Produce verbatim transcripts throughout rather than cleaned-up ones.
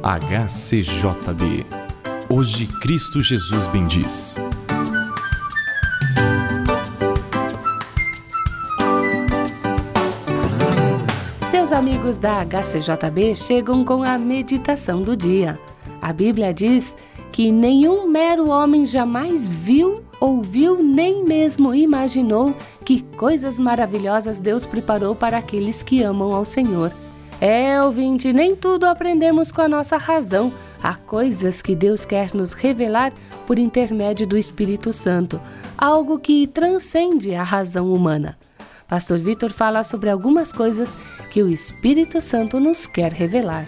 H C J B. Hoje Cristo Jesus bendiz. Seus amigos da H C J B chegam com a meditação do dia. A Bíblia diz que nenhum mero homem jamais viu, ouviu, nem mesmo imaginou que coisas maravilhosas Deus preparou para aqueles que amam ao Senhor. É, ouvinte, nem tudo aprendemos com a nossa razão. Há coisas que Deus quer nos revelar por intermédio do Espírito Santo, algo que transcende a razão humana. Pastor Vitor fala sobre algumas coisas que o Espírito Santo nos quer revelar.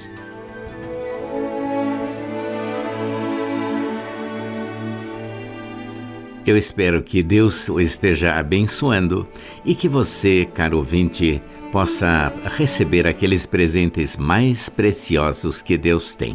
Eu espero que Deus o esteja abençoando e que você, caro ouvinte, possa receber aqueles presentes mais preciosos que Deus tem.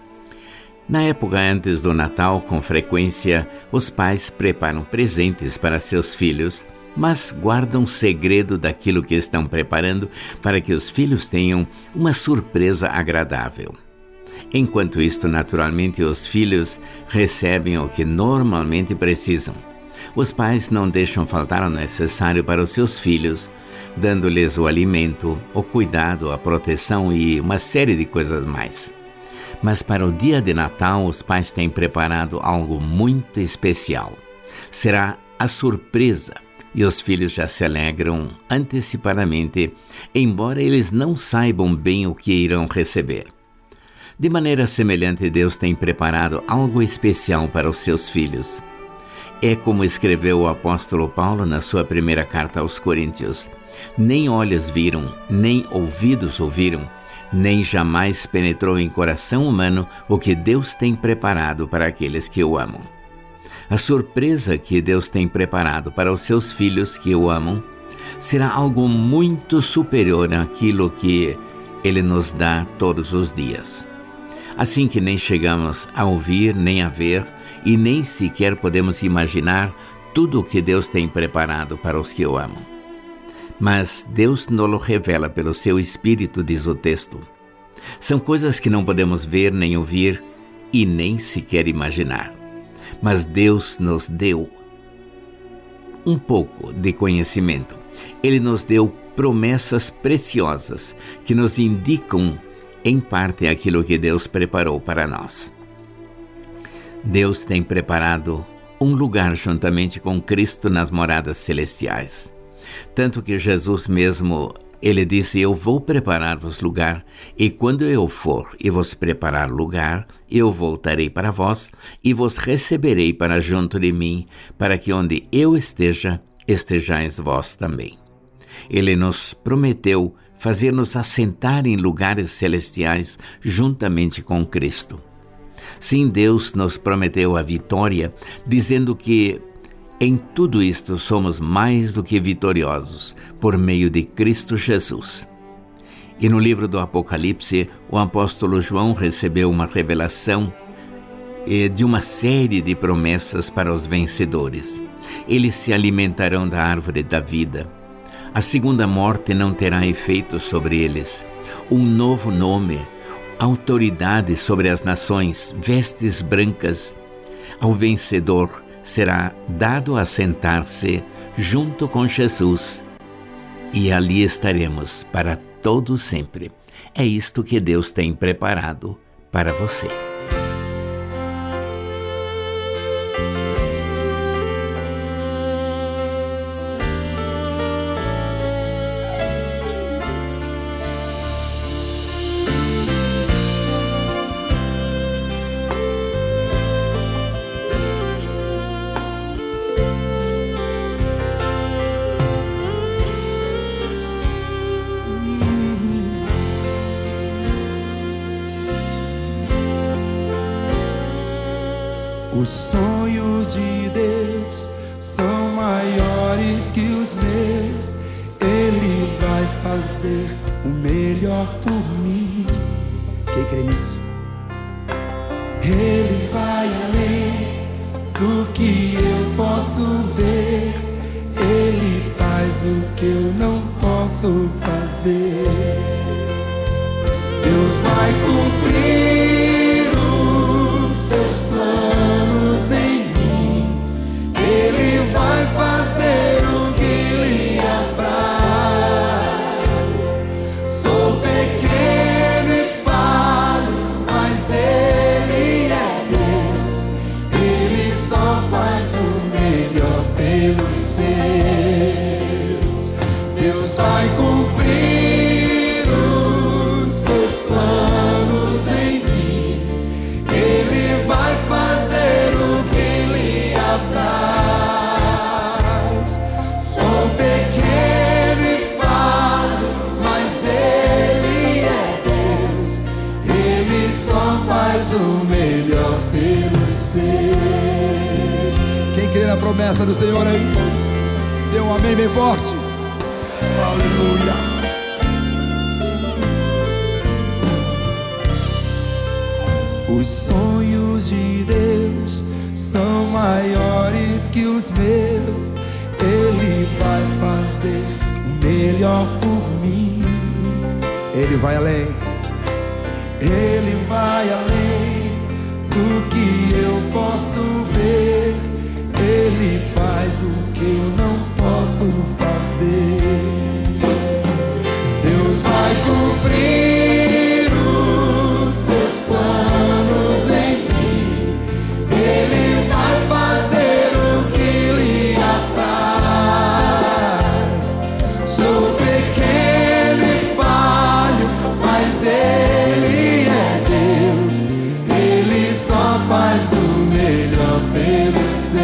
Na época antes do Natal, com frequência, os pais preparam presentes para seus filhos, mas guardam segredo daquilo que estão preparando para que os filhos tenham uma surpresa agradável. Enquanto isto, naturalmente, os filhos recebem o que normalmente precisam. Os pais não deixam faltar o necessário para os seus filhos, dando-lhes o alimento, o cuidado, a proteção e uma série de coisas mais. Mas para o dia de Natal, os pais têm preparado algo muito especial. Será a surpresa, e os filhos já se alegram antecipadamente, embora eles não saibam bem o que irão receber. De maneira semelhante, Deus tem preparado algo especial para os seus filhos. É como escreveu o apóstolo Paulo na sua primeira carta aos Coríntios: nem olhos viram, nem ouvidos ouviram, nem jamais penetrou em coração humano o que Deus tem preparado para aqueles que o amam. A surpresa que Deus tem preparado para os seus filhos que o amam será algo muito superior àquilo que Ele nos dá todos os dias. Assim que nem chegamos a ouvir, nem a ver, e nem sequer podemos imaginar tudo o que Deus tem preparado para os que o amam. Mas Deus nos revela pelo seu Espírito, diz o texto. São coisas que não podemos ver, nem ouvir, e nem sequer imaginar. Mas Deus nos deu um pouco de conhecimento. Ele nos deu promessas preciosas que nos indicam em parte aquilo que Deus preparou para nós. Deus tem preparado um lugar juntamente com Cristo nas moradas celestiais. Tanto que Jesus mesmo, ele disse: eu vou preparar-vos lugar, e quando eu for e vos preparar lugar, eu voltarei para vós e vos receberei para junto de mim, para que onde eu esteja, estejais vós também. Ele nos prometeu fazer-nos assentar em lugares celestiais juntamente com Cristo. Sim, Deus nos prometeu a vitória, dizendo que em tudo isto somos mais do que vitoriosos por meio de Cristo Jesus. E no livro do Apocalipse, o apóstolo João recebeu uma revelação de uma série de promessas para os vencedores. Eles se alimentarão da árvore da vida. A segunda morte não terá efeito sobre eles. Um novo nome, autoridade sobre as nações, vestes brancas. Ao vencedor será dado a sentar-se junto com Jesus, e ali estaremos para todo sempre. É isto que Deus tem preparado para você. Os sonhos de Deus são maiores que os meus. Ele vai fazer o melhor por mim. Quem crê nisso? Ele vai além do que eu posso ver. Ele faz o que eu não posso fazer. Deus vai cumprir você. Quem crê na promessa do Senhor aí, dê um amém bem forte. Aleluia. Os sonhos de Deus são maiores que os meus. Ele vai fazer o melhor por mim. Ele vai além. Ele vai além do que eu posso ver. Ele faz o que eu não posso fazer. Deus vai cumprir os seus planos em mim. Ele vai fazer o que lhe apraz. Sou pequeno e falho, mas Ele é Deus. Ele só faz o melhor pelos seus.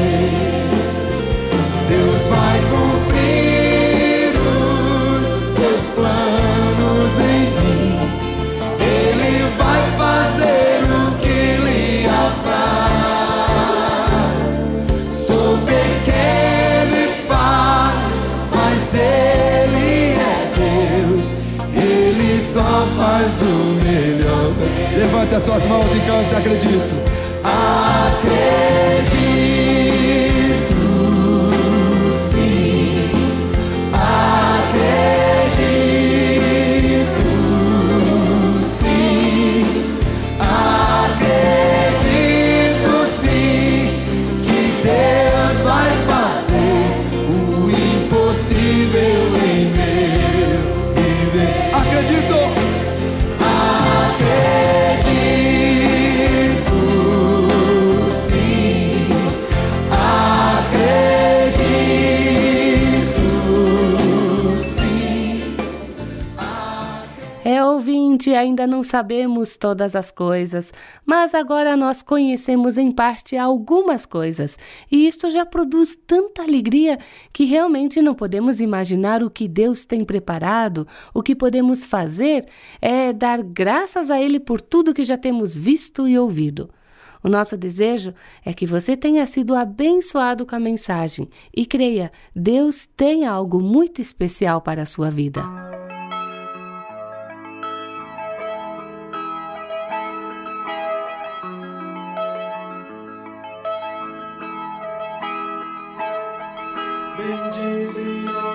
Deus vai cumprir os seus planos em mim. Ele vai fazer o que lhe apraz. Sou pequeno e falho, mas Ele é Deus. Ele só faz o melhor. Levante as suas mãos e cante, acredito. Acredito, sim. Acredito, sim. Acredito, sim, que Deus vai fazer o impossível em meu viver. Acredito. É, ouvinte, ainda não sabemos todas as coisas, mas agora nós conhecemos em parte algumas coisas, e isto já produz tanta alegria que realmente não podemos imaginar o que Deus tem preparado. O que podemos fazer é dar graças a Ele por tudo que já temos visto e ouvido. O nosso desejo é que você tenha sido abençoado com a mensagem e creia, Deus tem algo muito especial para a sua vida. Bendize